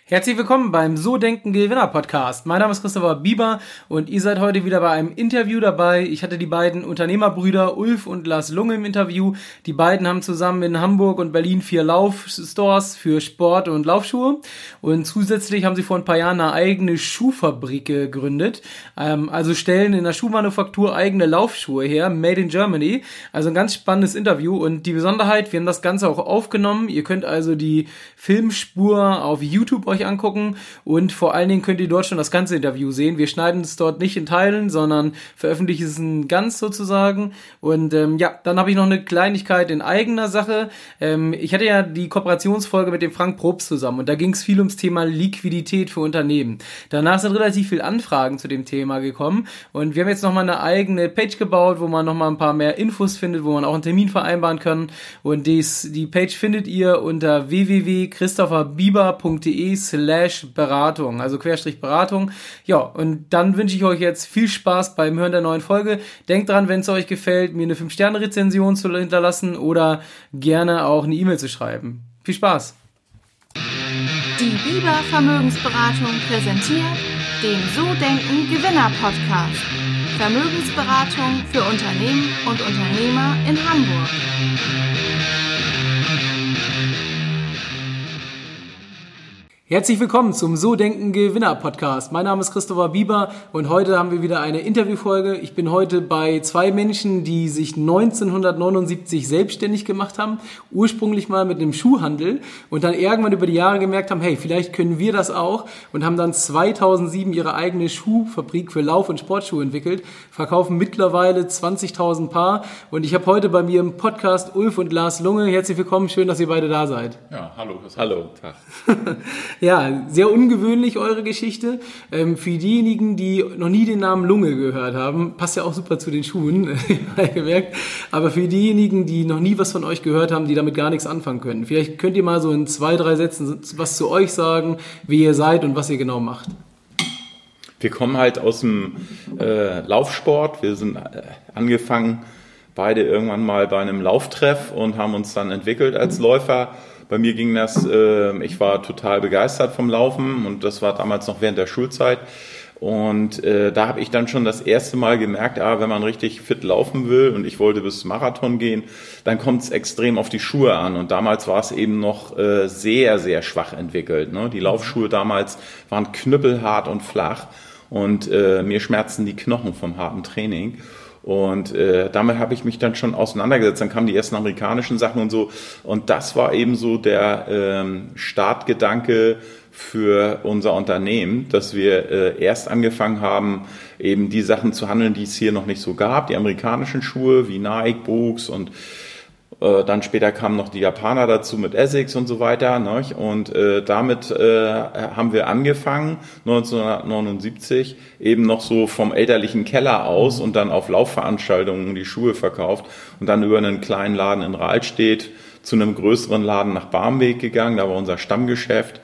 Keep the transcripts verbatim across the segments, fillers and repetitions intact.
Herzlich willkommen beim So Denken Gewinner Podcast. Mein Name ist Christopher Bieber und ihr seid heute wieder bei einem Interview dabei. Ich hatte die beiden Unternehmerbrüder Ulf und Lars Lunge im Interview. Die beiden haben zusammen in Hamburg und Berlin vier Laufstores für Sport- und Laufschuhe. Und zusätzlich haben sie vor ein paar Jahren eine eigene Schuhfabrik gegründet. Ähm, also stellen in der Schuhmanufaktur eigene Laufschuhe her, made in Germany. Also ein ganz spannendes Interview. Und die Besonderheit, wir haben das Ganze auch aufgenommen. Ihr könnt also die Filmspur auf YouTube euch angucken und vor allen Dingen könnt ihr dort schon das ganze Interview sehen. Wir schneiden es dort nicht in Teilen, sondern veröffentlichen es in ganz sozusagen. Und ähm, ja, dann habe ich noch eine Kleinigkeit in eigener Sache. Ähm, ich hatte ja die Kooperationsfolge mit dem Frank Probst zusammen und da ging es viel ums Thema Liquidität für Unternehmen. Danach sind relativ viele Anfragen zu dem Thema gekommen und wir haben jetzt nochmal eine eigene Page gebaut, wo man nochmal ein paar mehr Infos findet, wo man auch einen Termin vereinbaren kann. Und dies, die Page findet ihr unter w w w punkt christopherbieber punkt de slash Beratung, also Querstrich Beratung. Ja, und dann wünsche ich euch jetzt viel Spaß beim Hören der neuen Folge. Denkt dran, wenn es euch gefällt, mir eine fünf Sterne Rezension zu hinterlassen oder gerne auch eine E-Mail zu schreiben. Viel Spaß! Die Bieber Vermögensberatung präsentiert den So Denken Gewinner Podcast. Vermögensberatung für Unternehmen und Unternehmer in Hamburg. Herzlich willkommen zum So Denken Gewinner Podcast. Mein Name ist Christopher Bieber und heute haben wir wieder eine Interviewfolge. Ich bin heute bei zwei Menschen, die sich neunzehnhundertneunundsiebzig selbstständig gemacht haben, ursprünglich mal mit einem Schuhhandel und dann irgendwann über die Jahre gemerkt haben, hey, vielleicht können wir das auch und haben dann zweitausendsieben ihre eigene Schuhfabrik für Lauf- und Sportschuhe entwickelt, verkaufen mittlerweile zwanzigtausend Paar und ich habe heute bei mir im Podcast Ulf und Lars Lunge. Herzlich willkommen, schön, dass ihr beide da seid. Ja, hallo. Hallo, Tag. Ja, sehr ungewöhnlich eure Geschichte. Ähm, für diejenigen, die noch nie den Namen Lunge gehört haben, passt ja auch super zu den Schuhen, gemerkt. Aber für diejenigen, die noch nie was von euch gehört haben, die damit gar nichts anfangen können, vielleicht könnt ihr mal so in zwei, drei Sätzen was zu euch sagen, wie ihr seid und was ihr genau macht. Wir kommen halt aus dem äh, Laufsport. Wir sind äh, angefangen, beide irgendwann mal bei einem Lauftreff und haben uns dann entwickelt als Läufer. Bei mir ging das, äh, ich war total begeistert vom Laufen und das war damals noch während der Schulzeit. Und äh, da habe ich dann schon das erste Mal gemerkt, ah, wenn man richtig fit laufen will und ich wollte bis Marathon gehen, dann kommt es extrem auf die Schuhe an. Und damals war es eben noch äh, sehr, sehr schwach entwickelt. Ne? Die Laufschuhe damals waren knüppelhart und flach und äh, mir schmerzten die Knochen vom harten Training. Und äh, damit habe ich mich dann schon auseinandergesetzt. Dann kamen die ersten amerikanischen Sachen und so. Und das war eben so der ähm, Startgedanke für unser Unternehmen, dass wir äh, erst angefangen haben, eben die Sachen zu handeln, die es hier noch nicht so gab. Die amerikanischen Schuhe wie Nike, Brooks und äh, dann später kamen noch die Japaner dazu mit Essex und so weiter. Ne? Und äh, damit äh, haben wir angefangen, neunzehnhundertneunundsiebzig, eben noch so vom elterlichen Keller aus und dann auf Laufveranstaltungen die Schuhe verkauft und dann über einen kleinen Laden in Rahlstedt zu einem größeren Laden nach Barmbek gegangen. Da war unser Stammgeschäft.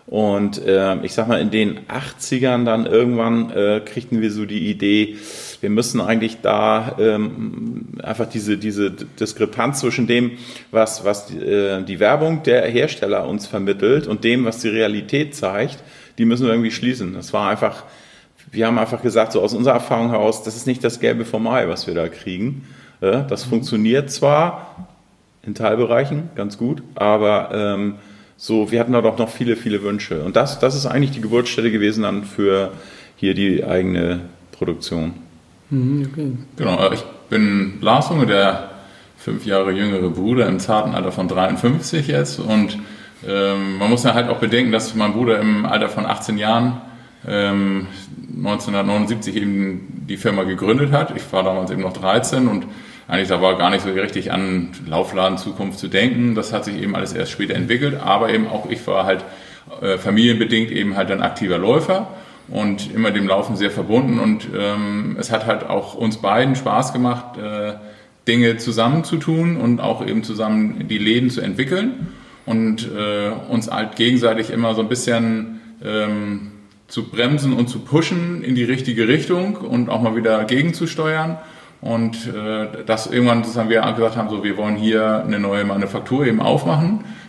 Und äh, ich sag mal, in den achtzigern dann irgendwann äh, kriegten wir so die Idee, wir müssen eigentlich da ähm, einfach diese diese Diskrepanz zwischen dem, was was die, äh, die Werbung der Hersteller uns vermittelt und dem, was die Realität zeigt, die müssen wir irgendwie schließen. Das war einfach, wir haben einfach gesagt, so aus unserer Erfahrung heraus, das ist nicht das Gelbe vom Ei, was wir da kriegen. Ja, das funktioniert zwar in Teilbereichen ganz gut, aber ähm, so, wir hatten da doch noch viele, viele Wünsche. Und das, das ist eigentlich die Geburtsstätte gewesen dann für hier die eigene Produktion. Okay. Genau, ich bin Lars Lunge, der fünf Jahre jüngere Bruder im zarten Alter von dreiundfünfzig jetzt. Und ähm, man muss ja halt auch bedenken, dass mein Bruder im Alter von achtzehn Jahren ähm, neunzehnhundertneunundsiebzig eben die Firma gegründet hat. Ich war damals eben noch dreizehn und eigentlich da war gar nicht so richtig an Laufladen-Zukunft zu denken. Das hat sich eben alles erst später entwickelt. Aber eben auch ich war halt äh, familienbedingt eben halt ein aktiver Läufer und immer dem Laufen sehr verbunden. Und ähm, es hat halt auch uns beiden Spaß gemacht, äh, Dinge zusammen zu tun und auch eben zusammen die Läden zu entwickeln und äh, uns halt gegenseitig immer so ein bisschen ähm, zu bremsen und zu pushen in die richtige Richtung und auch mal wieder gegenzusteuern. Und äh, das irgendwann, das haben wir gesagt haben, so wir wollen hier eine neue Manufaktur eben aufmachen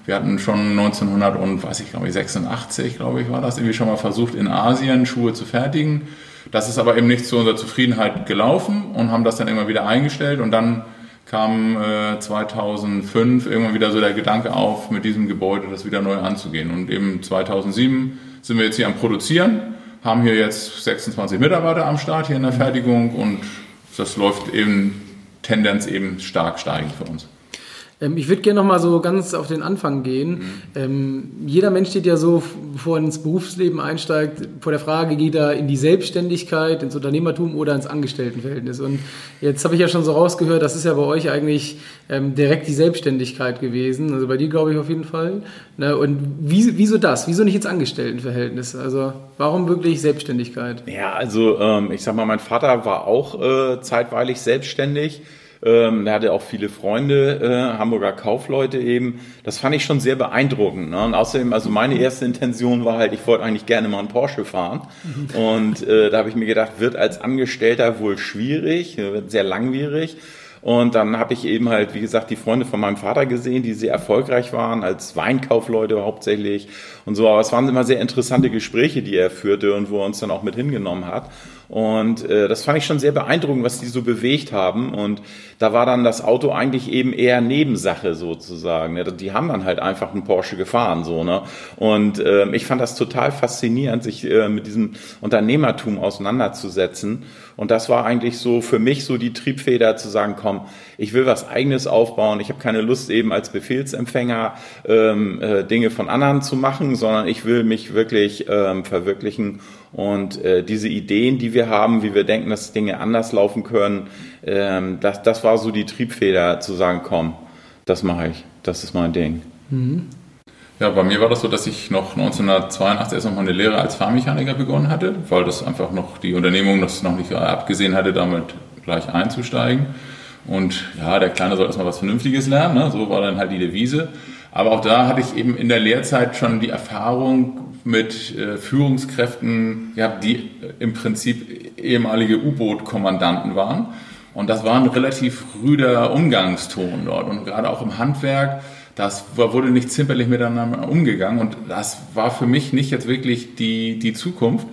Wir hatten schon neunzehnhundert und weiß ich glaube ich sechsundachtzig, glaube ich, war das, irgendwie schon mal versucht, in Asien Schuhe zu fertigen. Das ist aber eben nicht zu unserer Zufriedenheit gelaufen und haben das dann immer wieder eingestellt. Und dann kam äh, zweitausendfünf irgendwann wieder so der Gedanke auf, mit diesem Gebäude das wieder neu anzugehen. Und eben zweitausendsieben sind wir jetzt hier am Produzieren, haben hier jetzt sechsundzwanzig Mitarbeiter am Start hier in der Fertigung und das läuft eben Tendenz eben stark steigend für uns. Ähm, ich würde gerne noch mal so ganz auf den Anfang gehen. Mhm. Ähm, jeder Mensch steht ja so, bevor er ins Berufsleben einsteigt, vor der Frage, geht er in die Selbstständigkeit, ins Unternehmertum oder ins Angestelltenverhältnis. Und jetzt habe ich ja schon so rausgehört, das ist ja bei euch eigentlich ähm, direkt die Selbstständigkeit gewesen. Also bei dir glaube ich auf jeden Fall. Ne? Und wie, wieso das? Wieso nicht ins Angestelltenverhältnis? Also warum wirklich Selbstständigkeit? Ja, also ähm, ich sag mal, mein Vater war auch äh, zeitweilig selbstständig. Ähm, er hatte auch viele Freunde, äh, Hamburger Kaufleute eben. Das fand ich schon sehr beeindruckend. Ne? Und außerdem, also meine erste Intention war halt, ich wollte eigentlich gerne mal einen Porsche fahren. Und äh, da habe ich mir gedacht, wird als Angestellter wohl schwierig, wird sehr langwierig. Und dann habe ich eben halt, wie gesagt, die Freunde von meinem Vater gesehen, die sehr erfolgreich waren, als Weinkaufleute hauptsächlich und so. Aber es waren immer sehr interessante Gespräche, die er führte und wo er uns dann auch mit hingenommen hat. Und äh, das fand ich schon sehr beeindruckend, was die so bewegt haben. Und da war dann das Auto eigentlich eben eher Nebensache sozusagen. Ne? Die haben dann halt einfach einen Porsche gefahren. so ne. Und äh, ich fand das total faszinierend, sich äh, mit diesem Unternehmertum auseinanderzusetzen. Und das war eigentlich so für mich so die Triebfeder zu sagen, komm, ich will was Eigenes aufbauen. Ich habe keine Lust eben als Befehlsempfänger ähm, äh, Dinge von anderen zu machen, sondern ich will mich wirklich ähm, verwirklichen. Und äh, diese Ideen, die wir haben, wie wir denken, dass Dinge anders laufen können, ähm, das, das war so die Triebfeder zu sagen, komm, das mache ich, das ist mein Ding. Mhm. Ja, bei mir war das so, dass ich noch neunzehnhundertzweiundachtzig erst noch meine Lehre als Fahrmechaniker begonnen hatte, weil das einfach noch die Unternehmung das noch nicht abgesehen hatte, damit gleich einzusteigen. Und ja, der Kleine soll erstmal was Vernünftiges lernen, ne? So war dann halt die Devise. Aber auch da hatte ich eben in der Lehrzeit schon die Erfahrung mit äh, Führungskräften gehabt, die äh, im Prinzip ehemalige U-Boot-Kommandanten waren. Und das war ein relativ rüder Umgangston dort. Und gerade auch im Handwerk, das wurde nicht zimperlich miteinander umgegangen. Und das war für mich nicht jetzt wirklich die, die Zukunft.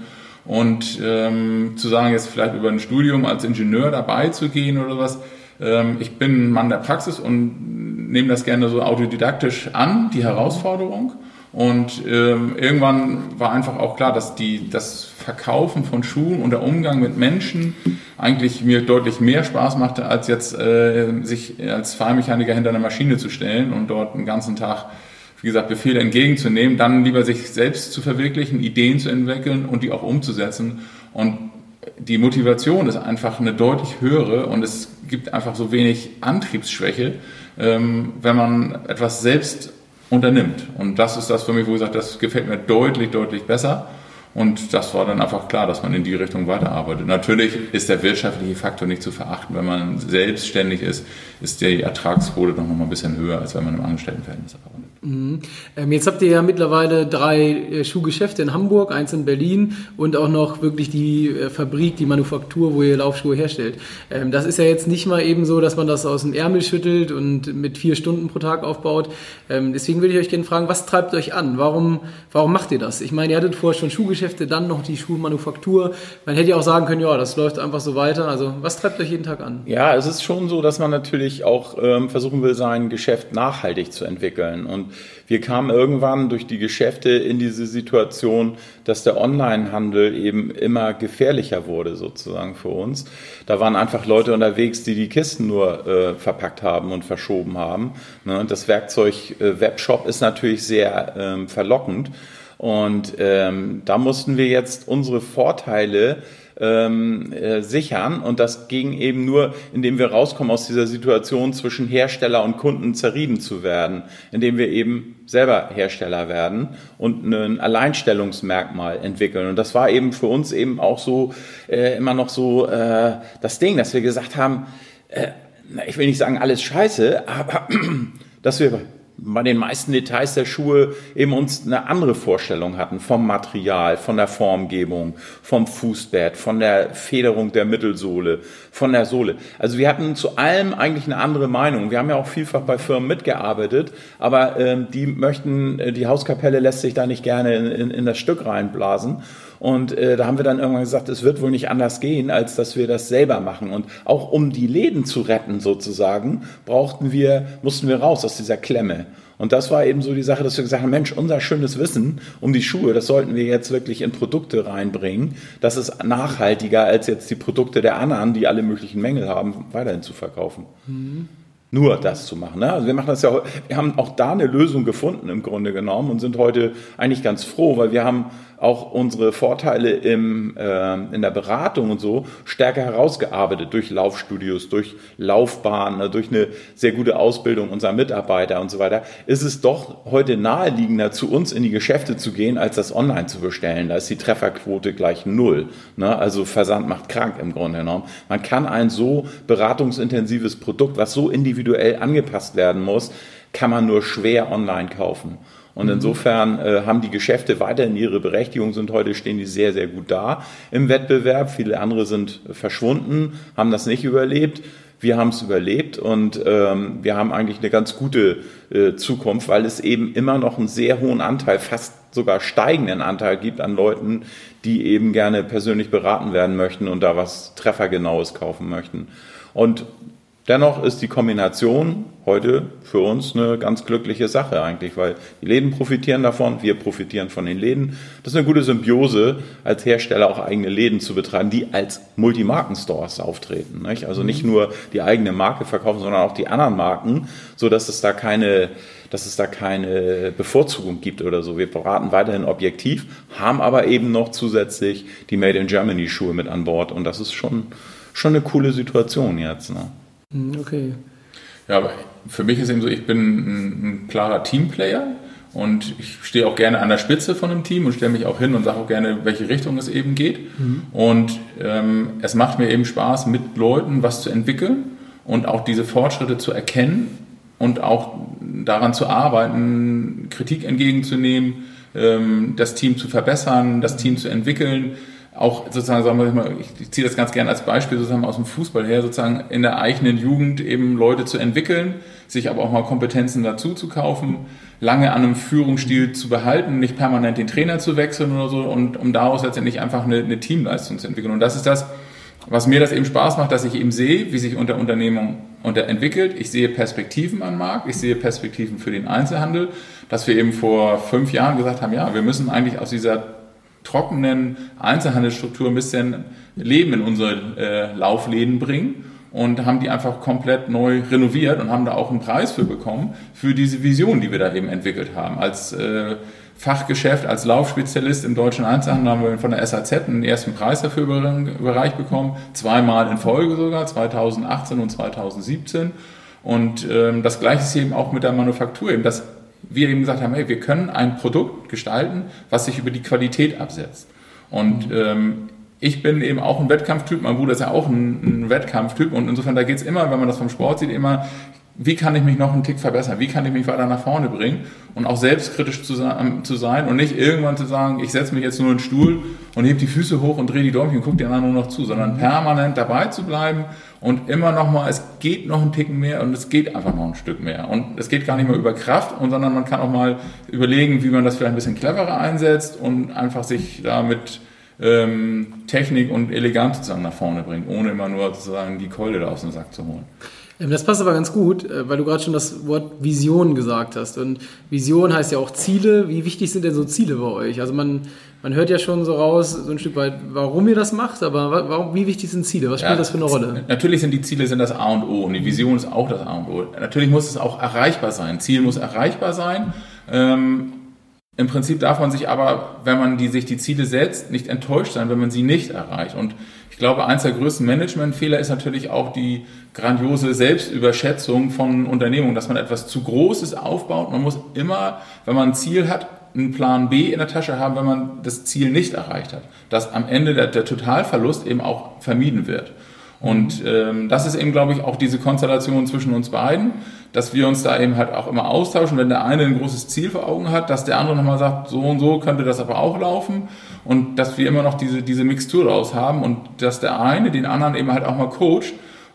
Und ähm, zu sagen, jetzt vielleicht über ein Studium als Ingenieur dabei zu gehen oder was, ähm, ich bin ein Mann der Praxis und nehme das gerne so autodidaktisch an, die Herausforderung. Und ähm, irgendwann war einfach auch klar, dass die, das Verkaufen von Schuhen und der Umgang mit Menschen eigentlich mir deutlich mehr Spaß machte, als jetzt äh, sich als Fahrmechaniker hinter einer Maschine zu stellen und dort einen ganzen Tag, wie gesagt, Befehle entgegenzunehmen, dann lieber sich selbst zu verwirklichen, Ideen zu entwickeln und die auch umzusetzen. Und die Motivation ist einfach eine deutlich höhere und es gibt einfach so wenig Antriebsschwäche, ähm, wenn man etwas selbst unternimmt. Und das ist das für mich, wo ich sage, das gefällt mir deutlich, deutlich besser. Und das war dann einfach klar, dass man in die Richtung weiterarbeitet. Natürlich ist der wirtschaftliche Faktor nicht zu verachten. Wenn man selbstständig ist, ist die Ertragsquote doch noch mal ein bisschen höher, als wenn man im Angestelltenverhältnis arbeitet. Mhm. Ähm, jetzt habt ihr ja mittlerweile drei äh, Schuhgeschäfte in Hamburg, eins in Berlin und auch noch wirklich die äh, Fabrik, die Manufaktur, wo ihr Laufschuhe herstellt. Ähm, das ist ja jetzt nicht mal eben so, dass man das aus dem Ärmel schüttelt und mit vier Stunden pro Tag aufbaut. Ähm, deswegen würde ich euch gerne fragen, was treibt euch an? Warum, warum macht ihr das? Ich meine, ihr hattet vorher schon Schuhgeschäfte, dann noch die Schuhmanufaktur. Man hätte ja auch sagen können, ja, das läuft einfach so weiter. Also was treibt euch jeden Tag an? Ja, es ist schon so, dass man natürlich auch ähm, versuchen will, sein Geschäft nachhaltig zu entwickeln. Und wir kamen irgendwann durch die Geschäfte in diese Situation, dass der Onlinehandel eben immer gefährlicher wurde sozusagen für uns. Da waren einfach Leute unterwegs, die die Kisten nur äh, verpackt haben und verschoben haben. Ne? Das Werkzeug äh, Webshop ist natürlich sehr ähm, verlockend. Und ähm, da mussten wir jetzt unsere Vorteile ähm, äh, sichern. Und das ging eben nur, indem wir rauskommen aus dieser Situation zwischen Hersteller und Kunden zerrieben zu werden, indem wir eben selber Hersteller werden und ein Alleinstellungsmerkmal entwickeln. Und das war eben für uns eben auch so äh, immer noch so äh, das Ding, dass wir gesagt haben, äh, ich will nicht sagen alles scheiße, aber dass wir bei den meisten Details der Schuhe eben uns eine andere Vorstellung hatten vom Material, von der Formgebung, vom Fußbett, von der Federung der Mittelsohle, von der Sohle. Also wir hatten zu allem eigentlich eine andere Meinung. Wir haben ja auch vielfach bei Firmen mitgearbeitet, aber ähm, die möchten, die Hauskapelle lässt sich da nicht gerne in, in, in das Stück reinblasen. Und äh, da haben wir dann irgendwann gesagt, es wird wohl nicht anders gehen, als dass wir das selber machen. Und auch um die Läden zu retten sozusagen, brauchten wir, mussten wir raus aus dieser Klemme. Und das war eben so die Sache, dass wir gesagt haben, Mensch, unser schönes Wissen um die Schuhe, das sollten wir jetzt wirklich in Produkte reinbringen. Das ist nachhaltiger, als jetzt die Produkte der anderen, die alle möglichen Mängel haben, weiterhin zu verkaufen. Mhm. Nur das zu machen. Ne? Also wir machen das ja, wir haben auch da eine Lösung gefunden im Grunde genommen und sind heute eigentlich ganz froh, weil wir haben auch unsere Vorteile im, äh, in der Beratung und so stärker herausgearbeitet durch Laufstudios, durch Laufbahnen, durch eine sehr gute Ausbildung unserer Mitarbeiter und so weiter. Ist es doch heute naheliegender, zu uns in die Geschäfte zu gehen, als das online zu bestellen. Da ist die Trefferquote gleich null. Ne? Also Versand macht krank im Grunde genommen. Man kann ein so beratungsintensives Produkt, was so individuell angepasst werden muss, kann man nur schwer online kaufen. Und insofern äh, haben die Geschäfte weiterhin ihre Berechtigung, sind heute, stehen die sehr, sehr gut da im Wettbewerb. Viele andere sind verschwunden, haben das nicht überlebt. Wir haben es überlebt und ähm, wir haben eigentlich eine ganz gute äh, Zukunft, weil es eben immer noch einen sehr hohen Anteil, fast sogar steigenden Anteil gibt an Leuten, die eben gerne persönlich beraten werden möchten und da was Treffergenaues kaufen möchten. Und dennoch ist die Kombination heute für uns eine ganz glückliche Sache eigentlich, weil die Läden profitieren davon, wir profitieren von den Läden. Das ist eine gute Symbiose, als Hersteller auch eigene Läden zu betreiben, die als Multimarken-Stores auftreten. Nicht? Also nicht nur die eigene Marke verkaufen, sondern auch die anderen Marken, sodass es da keine, dass es da keine Bevorzugung gibt oder so. Wir beraten weiterhin objektiv, haben aber eben noch zusätzlich die Made in Germany Schuhe mit an Bord und das ist schon, schon eine coole Situation jetzt. Ne? Okay. Ja, aber für mich ist eben so, ich bin ein, ein klarer Teamplayer und ich stehe auch gerne an der Spitze von einem Team und stelle mich auch hin und sage auch gerne, welche Richtung es eben geht. Mhm. Und ähm, es macht mir eben Spaß, mit Leuten was zu entwickeln und auch diese Fortschritte zu erkennen und auch daran zu arbeiten, Kritik entgegenzunehmen, ähm, das Team zu verbessern, das Team zu entwickeln. Auch sozusagen, sagen wir mal, ich ziehe das ganz gerne als Beispiel sozusagen aus dem Fußball her, sozusagen in der eigenen Jugend eben Leute zu entwickeln, sich aber auch mal Kompetenzen dazu zu kaufen, lange an einem Führungsstil zu behalten, nicht permanent den Trainer zu wechseln oder so und um daraus letztendlich einfach eine, eine Teamleistung zu entwickeln. Und das ist das, was mir das eben Spaß macht, dass ich eben sehe, wie sich unter Unternehmung unter entwickelt. Ich sehe Perspektiven am Markt, ich sehe Perspektiven für den Einzelhandel, dass wir eben vor fünf Jahren gesagt haben, ja, wir müssen eigentlich aus dieser trockenen Einzelhandelsstruktur ein bisschen Leben in unsere äh, Laufläden bringen und haben die einfach komplett neu renoviert und haben da auch einen Preis für bekommen, für diese Vision, die wir da eben entwickelt haben. Als äh, Fachgeschäft, als Laufspezialist im deutschen Einzelhandel haben wir von der S A Z einen ersten Preis dafür Bereich bekommen, zweimal in Folge sogar, zweitausendachtzehn und zweitausendsiebzehn. Und ähm, das Gleiche ist eben auch mit der Manufaktur, eben das wir eben gesagt haben, hey, wir können ein Produkt gestalten, was sich über die Qualität absetzt. Und ähm, ich bin eben auch ein Wettkampftyp, mein Bruder ist ja auch ein, ein Wettkampftyp und insofern, da geht es immer, wenn man das vom Sport sieht, immer, wie kann ich mich noch einen Tick verbessern, wie kann ich mich weiter nach vorne bringen und auch selbstkritisch zu, zu sein und nicht irgendwann zu sagen, ich setze mich jetzt nur in den Stuhl und hebe die Füße hoch und drehe die Däumchen und gucke die anderen nur noch zu, sondern permanent dabei zu bleiben und immer noch mal, es geht noch ein Ticken mehr und es geht einfach noch ein Stück mehr und es geht gar nicht mehr über Kraft, sondern man kann auch mal überlegen, wie man das vielleicht ein bisschen cleverer einsetzt und einfach sich damit ähm, Technik und Eleganz zusammen nach vorne bringt, ohne immer nur sozusagen die Keule da aus dem Sack zu holen. Das passt aber ganz gut, weil du gerade schon das Wort Vision gesagt hast. Und Vision heißt ja auch Ziele. Wie wichtig sind denn so Ziele bei euch? Also man, man hört ja schon so raus, so ein Stück weit, warum ihr das macht, aber warum, wie wichtig sind Ziele? Was spielt ja, das für eine Rolle? Natürlich sind die Ziele sind das A und O und die Vision ist auch das A und O. Natürlich muss es auch erreichbar sein. Ziel muss erreichbar sein. Ähm, Im Prinzip darf man sich aber, wenn man die, sich die Ziele setzt, nicht enttäuscht sein, wenn man sie nicht erreicht. Und ich glaube, eins der größten Managementfehler ist natürlich auch die grandiose Selbstüberschätzung von Unternehmungen, dass man etwas zu Großes aufbaut. Man muss immer, wenn man ein Ziel hat, einen Plan B in der Tasche haben, wenn man das Ziel nicht erreicht hat. Dass am Ende der, der Totalverlust eben auch vermieden wird. Und ähm, das ist eben, glaube ich, auch diese Konstellation zwischen uns beiden, dass wir uns da eben halt auch immer austauschen, wenn der eine ein großes Ziel vor Augen hat, dass der andere nochmal sagt, so und so könnte das aber auch laufen und dass wir immer noch diese, diese Mixtur daraus haben und dass der eine den anderen eben halt auch mal coacht.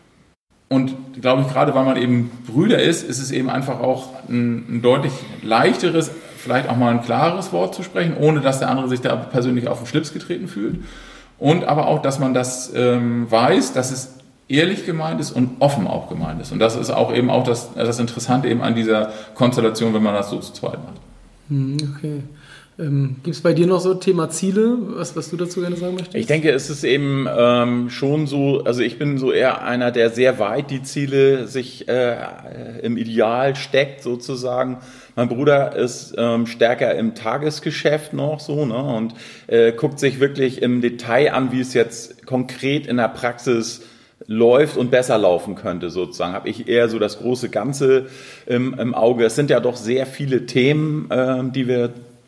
Und glaube ich, gerade weil man eben Brüder ist, ist es eben einfach auch ein, ein deutlich leichteres, vielleicht auch mal ein klares Wort zu sprechen, ohne dass der andere sich da persönlich auf den Schlips getreten fühlt. Und aber auch, dass man das ähm, weiß, dass es ehrlich gemeint ist und offen auch gemeint ist. Und das ist auch eben auch das, das Interessante eben an dieser Konstellation, wenn man das so zu zweit macht. Okay. Ähm, gibt es bei dir noch so Thema Ziele, was, was du dazu gerne sagen möchtest? Ich denke, es ist eben ähm, schon so, also ich bin so eher einer, der sehr weit die Ziele sich äh, im Ideal steckt sozusagen. Mein Bruder ist ähm, stärker im Tagesgeschäft noch so, ne, und äh, guckt sich wirklich im Detail an, wie es jetzt konkret in der Praxis läuft und besser laufen könnte sozusagen. Habe ich eher so das große Ganze im, im Auge. Es sind ja doch sehr viele Themen, äh, die wir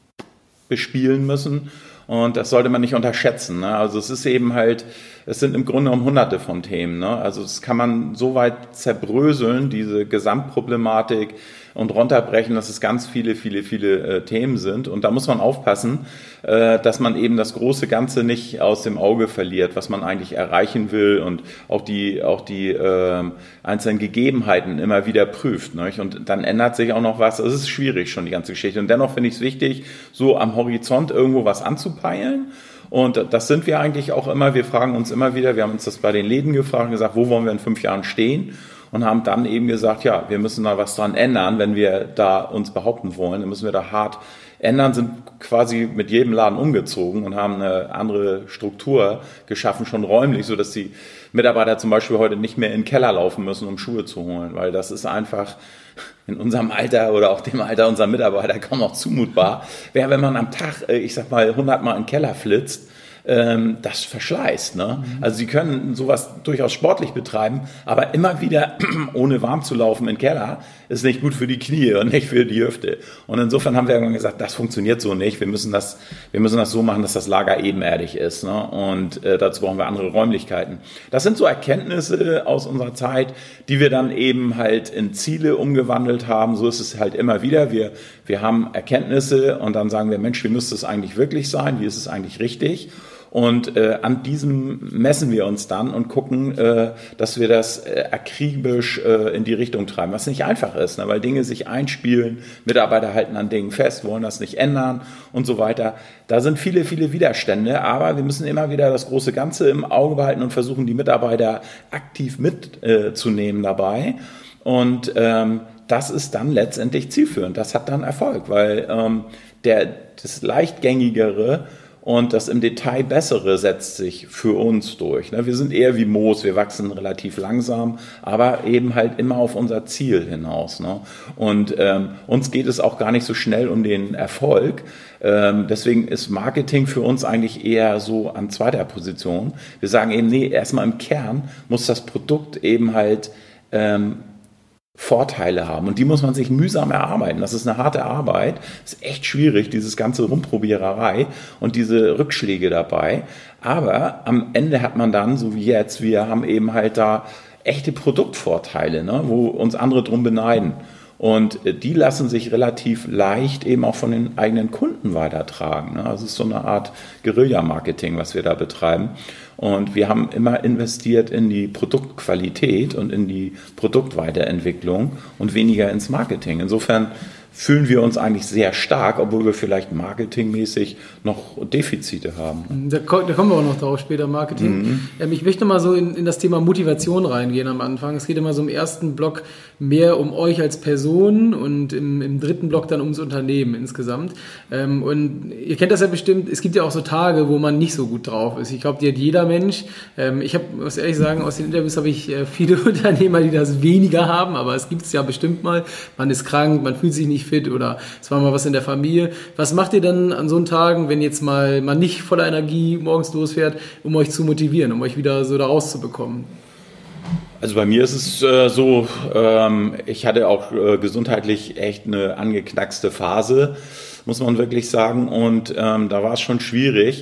bespielen müssen und das sollte man nicht unterschätzen. Ne? Also es ist eben halt, es sind im Grunde genommen hunderte von Themen. Ne? Also das kann man so weit zerbröseln, diese Gesamtproblematik und runterbrechen, dass es ganz viele, viele, viele äh, Themen sind. Und da muss man aufpassen, äh, dass man eben das große Ganze nicht aus dem Auge verliert, was man eigentlich erreichen will und auch die, auch die äh, einzelnen Gegebenheiten immer wieder prüft. Nicht? Und dann ändert sich auch noch was. Es ist schwierig schon, die ganze Geschichte. Und dennoch finde ich es wichtig, so am Horizont irgendwo was anzupeilen. Und das sind wir eigentlich auch immer. Wir fragen uns immer wieder, wir haben uns das bei den Läden gefragt und gesagt, wo wollen wir in fünf Jahren stehen? Und haben dann eben gesagt, ja, wir müssen da was dran ändern, wenn wir da uns behaupten wollen. Dann müssen wir da hart ändern, sind quasi mit jedem Laden umgezogen und haben eine andere Struktur geschaffen, schon räumlich, sodass die Mitarbeiter zum Beispiel heute nicht mehr in den Keller laufen müssen, um Schuhe zu holen, weil das ist einfach in unserem Alter oder auch dem Alter unserer Mitarbeiter kaum noch zumutbar. Wäre, wenn man am Tag, ich sag mal, hundert Mal in den Keller flitzt, das verschleißt. Ne? Also sie können sowas durchaus sportlich betreiben, aber immer wieder ohne warm zu laufen in den Keller ist nicht gut für die Knie und nicht für die Hüfte. Und insofern haben wir irgendwann gesagt, das funktioniert so nicht. Wir müssen das, wir müssen das so machen, dass das Lager ebenerdig ist. Ne? Und äh, dazu brauchen wir andere Räumlichkeiten. Das sind so Erkenntnisse aus unserer Zeit, die wir dann eben halt in Ziele umgewandelt haben. So ist es halt immer wieder. Wir, wir haben Erkenntnisse und dann sagen wir, Mensch, wie müsste es eigentlich wirklich sein? Wie ist es eigentlich richtig? Und äh, an diesem messen wir uns dann und gucken, äh, dass wir das äh, akribisch äh, in die Richtung treiben, was nicht einfach ist, ne? Weil Dinge sich einspielen, Mitarbeiter halten an Dingen fest, wollen das nicht ändern und so weiter. Da sind viele, viele Widerstände, aber wir müssen immer wieder das große Ganze im Auge behalten und versuchen, die Mitarbeiter aktiv mitzunehmen äh, dabei. Und ähm, das ist dann letztendlich zielführend. Das hat dann Erfolg, weil ähm, der, das Leichtgängigere und das im Detail Bessere setzt sich für uns durch. Wir sind eher wie Moos, wir wachsen relativ langsam, aber eben halt immer auf unser Ziel hinaus. Und ähm, uns geht es auch gar nicht so schnell um den Erfolg. Ähm, deswegen ist Marketing für uns eigentlich eher so an zweiter Position. Wir sagen eben, nee, erstmal im Kern muss das Produkt eben halt ähm, Vorteile haben und die muss man sich mühsam erarbeiten. Das ist eine harte Arbeit, das ist echt schwierig, dieses ganze Rumprobiererei und diese Rückschläge dabei, aber am Ende hat man dann, so wie jetzt, wir haben eben halt da echte Produktvorteile, ne, wo uns andere drum beneiden und die lassen sich relativ leicht eben auch von den eigenen Kunden weitertragen. Ne? Also es ist so eine Art Guerilla-Marketing, was wir da betreiben. Und wir haben immer investiert in die Produktqualität und in die Produktweiterentwicklung und weniger ins Marketing. Insofern fühlen wir uns eigentlich sehr stark, obwohl wir vielleicht marketingmäßig noch Defizite haben. Da, da kommen wir auch noch drauf später, Marketing. Mhm. Ähm, ich möchte mal so in, in das Thema Motivation reingehen am Anfang. Es geht immer so im ersten Block mehr um euch als Person und im, im dritten Block dann ums Unternehmen insgesamt. Ähm, und ihr kennt das ja bestimmt, es gibt ja auch so Tage, wo man nicht so gut drauf ist. Ich glaube, die hat jeder Mensch. Ähm, ich habe, muss ehrlich sagen, aus den Interviews habe ich äh, viele Unternehmer, die das weniger haben, aber es gibt es ja bestimmt mal. Man ist krank, man fühlt sich nicht fit oder es war mal was in der Familie. Was macht ihr dann an so Tagen, wenn jetzt mal man nicht voller Energie morgens losfährt, um euch zu motivieren, um euch wieder so da rauszubekommen? Also bei mir ist es äh, so, ähm, ich hatte auch äh, gesundheitlich echt eine angeknackste Phase, muss man wirklich sagen. Und ähm, da war es schon schwierig,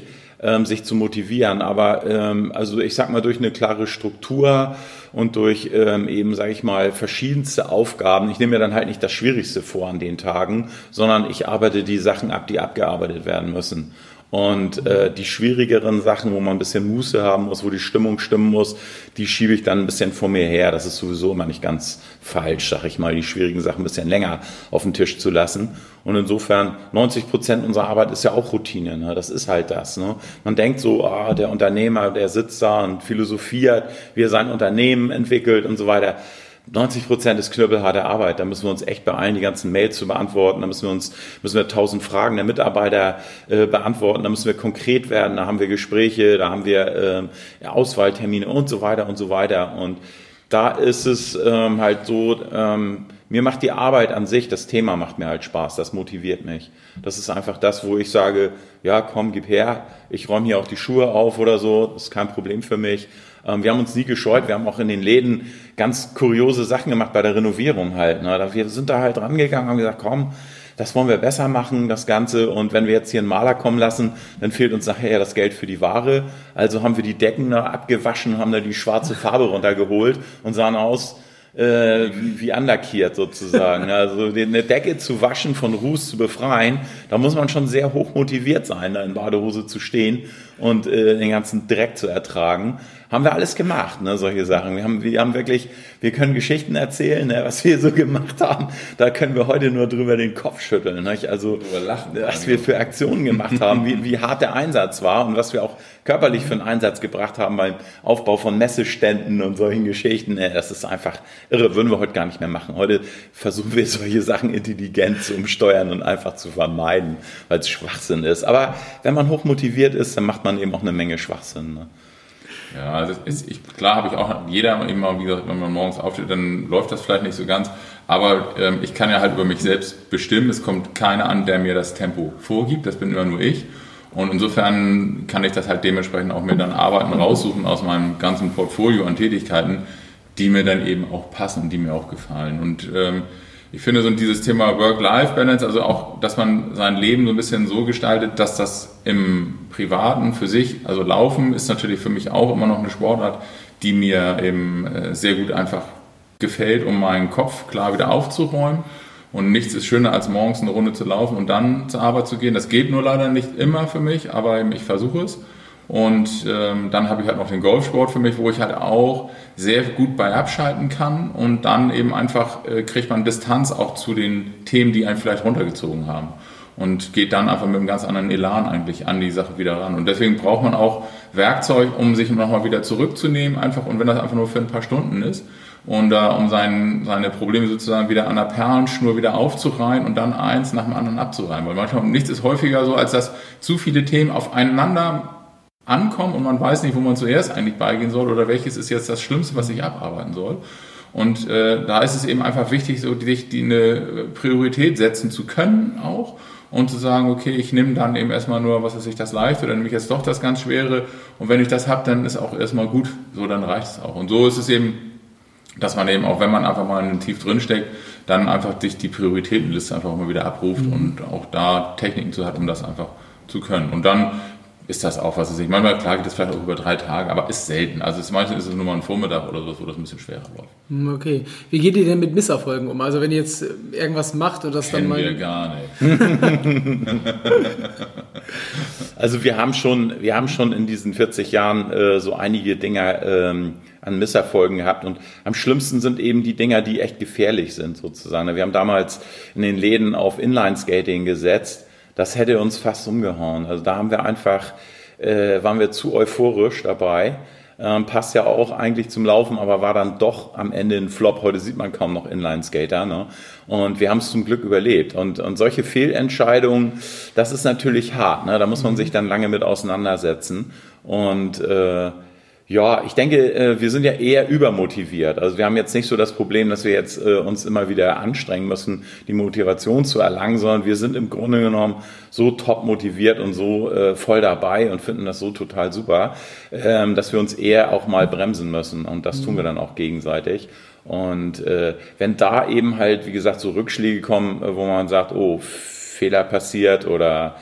ähm, sich zu motivieren. Aber ähm, also ich sag mal, durch eine klare Struktur und durch ähm, eben, sage ich mal, verschiedenste Aufgaben. Ich nehme mir dann halt nicht das Schwierigste vor an den Tagen, sondern ich arbeite die Sachen ab, die abgearbeitet werden müssen. Und äh, die schwierigeren Sachen, wo man ein bisschen Muße haben muss, wo die Stimmung stimmen muss, die schiebe ich dann ein bisschen vor mir her. Das ist sowieso immer nicht ganz falsch, sag ich mal, die schwierigen Sachen ein bisschen länger auf den Tisch zu lassen. Und insofern, neunzig Prozent unserer Arbeit ist ja auch Routine. Ne? Das ist halt das. Ne? Man denkt so, ah, der Unternehmer, der sitzt da und philosophiert, wie er sein Unternehmen entwickelt und so weiter. neunzig Prozent ist knüppelharte Arbeit. Da müssen wir uns echt beeilen, die ganzen Mails zu beantworten. Da müssen wir uns, müssen wir tausend Fragen der Mitarbeiter äh, beantworten. Da müssen wir konkret werden. Da haben wir Gespräche, da haben wir äh, Auswahltermine und so weiter und so weiter. Und da ist es ähm, halt so, ähm, mir macht die Arbeit an sich, das Thema macht mir halt Spaß. Das motiviert mich. Das ist einfach das, wo ich sage, ja, komm, gib her. Ich räume hier auch die Schuhe auf oder so. Das ist kein Problem für mich. Wir haben uns nie gescheut, wir haben auch in den Läden ganz kuriose Sachen gemacht bei der Renovierung halt. Wir sind da halt rangegangen und haben gesagt, komm, das wollen wir besser machen, das Ganze. Und wenn wir jetzt hier einen Maler kommen lassen, dann fehlt uns nachher ja das Geld für die Ware. Also haben wir die Decken da abgewaschen, haben da die schwarze Farbe runtergeholt und sahen aus äh, wie, wie anlackiert sozusagen. Also eine Decke zu waschen, von Ruß zu befreien, da muss man schon sehr hoch motiviert sein, da in Badehose zu stehen und äh, den ganzen Dreck zu ertragen. Haben wir alles gemacht, ne, solche Sachen. Wir haben, wir haben wirklich, wir können Geschichten erzählen, ne, was wir so gemacht haben. Da können wir heute nur drüber den Kopf schütteln. Ne? Also, lachen, was wir für Aktionen gemacht haben, wie, wie hart der Einsatz war und was wir auch körperlich für einen Einsatz gebracht haben beim Aufbau von Messeständen und solchen Geschichten. Ne, das ist einfach irre, würden wir heute gar nicht mehr machen. Heute versuchen wir solche Sachen intelligent zu umsteuern und einfach zu vermeiden, weil es Schwachsinn ist. Aber wenn man hoch motiviert ist, dann macht man eben auch eine Menge Schwachsinn. Ne? Ja, also ist, ich, klar habe ich auch, jeder immer, wie gesagt, wenn man morgens aufsteht, dann läuft das vielleicht nicht so ganz, aber ähm, ich kann ja halt über mich selbst bestimmen, es kommt keiner an, der mir das Tempo vorgibt, das bin immer nur ich und insofern kann ich das halt dementsprechend auch mir dann Arbeiten raussuchen aus meinem ganzen Portfolio an Tätigkeiten, die mir dann eben auch passen und die mir auch gefallen und ähm, ich finde so dieses Thema Work-Life-Balance, also auch, dass man sein Leben so ein bisschen so gestaltet, dass das im Privaten für sich, also Laufen ist natürlich für mich auch immer noch eine Sportart, die mir eben sehr gut einfach gefällt, um meinen Kopf klar wieder aufzuräumen. Und nichts ist schöner, als morgens eine Runde zu laufen und dann zur Arbeit zu gehen. Das geht nur leider nicht immer für mich, aber ich versuche es. Und ähm, dann habe ich halt noch den Golfsport für mich, wo ich halt auch sehr gut bei abschalten kann und dann eben einfach äh, kriegt man Distanz auch zu den Themen, die einen vielleicht runtergezogen haben und geht dann einfach mit einem ganz anderen Elan eigentlich an die Sache wieder ran. Und deswegen braucht man auch Werkzeug, um sich nochmal wieder zurückzunehmen, einfach und wenn das einfach nur für ein paar Stunden ist und äh, um sein, seine Probleme sozusagen wieder an der Perlenschnur wieder aufzureihen und dann eins nach dem anderen abzureihen. Weil manchmal nichts ist häufiger so, als dass zu viele Themen aufeinander ankommen und man weiß nicht, wo man zuerst eigentlich beigehen soll oder welches ist jetzt das Schlimmste, was ich abarbeiten soll. Und äh, da ist es eben einfach wichtig, so die, die eine Priorität setzen zu können auch und zu sagen, okay, ich nehme dann eben erstmal nur, was weiß ich, das Leichte oder nehme ich jetzt doch das ganz Schwere und wenn ich das habe, dann ist auch erstmal gut, so dann reicht es auch. Und so ist es eben, dass man eben auch, wenn man einfach mal tief drin steckt, dann einfach sich die Prioritätenliste einfach mal wieder abruft mhm. und auch da Techniken zu hat, um das einfach zu können. Und dann ist das auch, was es sich, manchmal klar geht das vielleicht auch über drei Tage, aber ist selten. Also es, manchmal ist es nur mal ein Vormittag oder so, wo das ein bisschen schwerer läuft. Okay. Wie geht ihr denn mit Misserfolgen um? Also wenn ihr jetzt irgendwas macht und das Kennen dann mal... wir gar nicht. Also wir haben schon, wir haben schon in diesen vierzig Jahren äh, so einige Dinger ähm, an Misserfolgen gehabt und am schlimmsten sind eben die Dinger, die echt gefährlich sind sozusagen. Wir haben damals in den Läden auf Inline-Skating gesetzt. Das hätte uns fast umgehauen. Also da haben wir einfach, äh, waren wir zu euphorisch dabei. Ähm, passt ja auch eigentlich zum Laufen, aber war dann doch am Ende ein Flop. Heute sieht man kaum noch Inline-Skater, ne? Und wir haben es zum Glück überlebt. Und, und solche Fehlentscheidungen, das ist natürlich hart, ne? Da muss man sich dann lange mit auseinandersetzen. Und äh, ja, ich denke, wir sind ja eher übermotiviert. Also wir haben jetzt nicht so das Problem, dass wir jetzt uns immer wieder anstrengen müssen, die Motivation zu erlangen, sondern wir sind im Grunde genommen so top motiviert und so voll dabei und finden das so total super, dass wir uns eher auch mal bremsen müssen. Und das tun wir dann auch gegenseitig. Und wenn da eben halt, wie gesagt, so Rückschläge kommen, wo man sagt, oh, Fehler passiert oder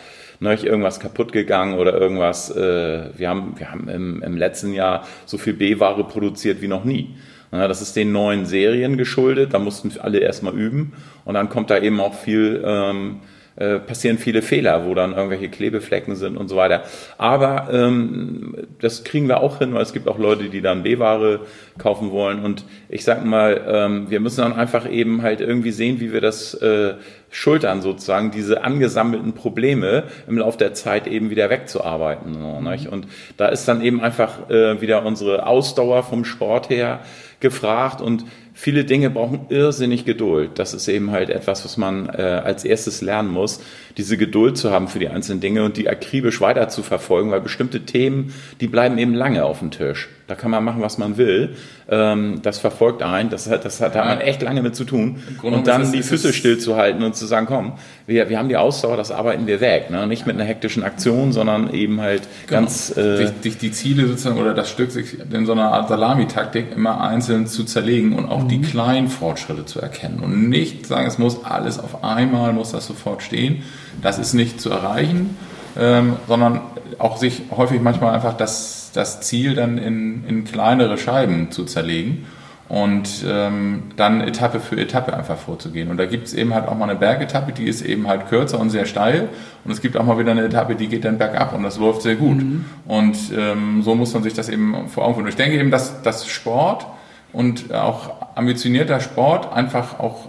ne, irgendwas kaputt gegangen oder irgendwas. Äh, wir haben, wir haben im, im letzten Jahr so viel B-Ware produziert wie noch nie. Ja, das ist den neuen Serien geschuldet, da mussten alle erstmal üben und dann kommt da eben auch viel, ähm, äh, passieren viele Fehler, wo dann irgendwelche Klebeflecken sind und so weiter. Aber ähm, das kriegen wir auch hin, weil es gibt auch Leute, die dann B-Ware kaufen wollen und ich sag mal, ähm, wir müssen dann einfach eben halt irgendwie sehen, wie wir das äh, schultern sozusagen, diese angesammelten Probleme im Laufe der Zeit eben wieder wegzuarbeiten. So, nicht? Und da ist dann eben einfach äh, wieder unsere Ausdauer vom Sport her gefragt und viele Dinge brauchen irrsinnig Geduld. Das ist eben halt etwas, was man äh, als erstes lernen muss, diese Geduld zu haben für die einzelnen Dinge und die akribisch weiter zu verfolgen, weil bestimmte Themen, die bleiben eben lange auf dem Tisch. Da kann man machen, was man will. Ähm, das verfolgt einen, das hat, das hat, da hat man echt lange mit zu tun. Und dann die Füße stillzuhalten und zu sagen, komm, wir, wir haben die Ausdauer, das arbeiten wir weg. Ne? Nicht mit einer hektischen Aktion, sondern eben halt genau. ganz... Äh, sich, sich die Ziele sozusagen oder das Stück sich in so einer Art Salamitaktik immer einzeln zu zerlegen und auch mhm. die kleinen Fortschritte zu erkennen. Und nicht sagen, es muss alles auf einmal, muss das sofort stehen. Das ist nicht zu erreichen, ähm, sondern auch sich häufig manchmal einfach das, das Ziel dann in, in kleinere Scheiben zu zerlegen und ähm, dann Etappe für Etappe einfach vorzugehen. Und da gibt es eben halt auch mal eine Bergetappe, die ist eben halt kürzer und sehr steil. Und es gibt auch mal wieder eine Etappe, die geht dann bergab und das läuft sehr gut. Mhm. Und ähm, so muss man sich das eben vor Augen führen. Ich denke eben, dass, dass Sport und auch ambitionierter Sport einfach auch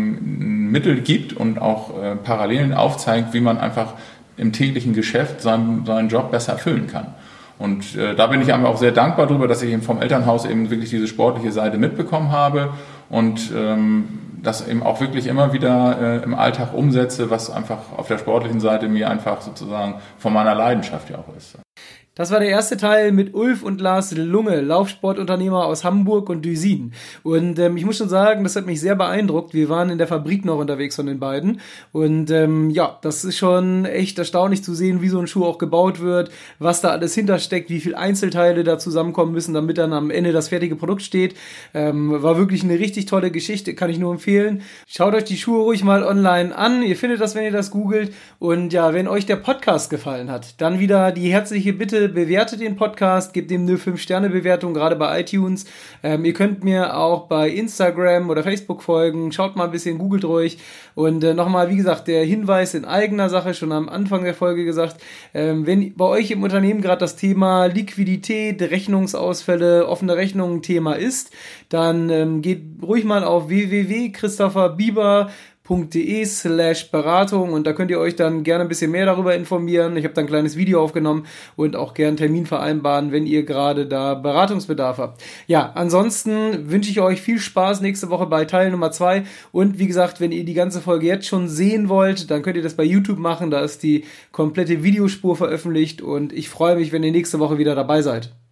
ein Mittel gibt und auch äh, Parallelen aufzeigt, wie man einfach im täglichen Geschäft seinen, seinen Job besser erfüllen kann. Und äh, da bin ich einfach auch sehr dankbar darüber, dass ich eben vom Elternhaus eben wirklich diese sportliche Seite mitbekommen habe und ähm, das eben auch wirklich immer wieder äh, im Alltag umsetze, was einfach auf der sportlichen Seite mir einfach sozusagen von meiner Leidenschaft ja auch ist. Das war der erste Teil mit Ulf und Lars Lunge, Laufsportunternehmer aus Hamburg und Düsin. Und ähm, ich muss schon sagen, das hat mich sehr beeindruckt. Wir waren in der Fabrik noch unterwegs von den beiden. Und ähm, ja, das ist schon echt erstaunlich zu sehen, wie so ein Schuh auch gebaut wird, was da alles hintersteckt, wie viele Einzelteile da zusammenkommen müssen, damit dann am Ende das fertige Produkt steht. Ähm, war wirklich eine richtig tolle Geschichte, kann ich nur empfehlen. Schaut euch die Schuhe ruhig mal online an. Ihr findet das, wenn ihr das googelt. Und ja, wenn euch der Podcast gefallen hat, dann wieder die herzliche Bitte, bewertet den Podcast, gebt ihm eine fünf Sterne Bewertung, gerade bei iTunes. Ähm, ihr könnt mir auch bei Instagram oder Facebook folgen. Schaut mal ein bisschen, googelt ruhig. Und äh, nochmal, wie gesagt, der Hinweis in eigener Sache, schon am Anfang der Folge gesagt, ähm, wenn bei euch im Unternehmen gerade das Thema Liquidität, Rechnungsausfälle, offene Rechnungen Thema ist, dann ähm, geht ruhig mal auf w w w punkt christopher bieber punkt de slash Beratung und da könnt ihr euch dann gerne ein bisschen mehr darüber informieren. Ich habe da ein kleines Video aufgenommen und auch gerne einen Termin vereinbaren, wenn ihr gerade da Beratungsbedarf habt. Ja, ansonsten wünsche ich euch viel Spaß nächste Woche bei Teil Nummer zwei und wie gesagt, wenn ihr die ganze Folge jetzt schon sehen wollt, dann könnt ihr das bei YouTube machen, da ist die komplette Videospur veröffentlicht und ich freue mich, wenn ihr nächste Woche wieder dabei seid.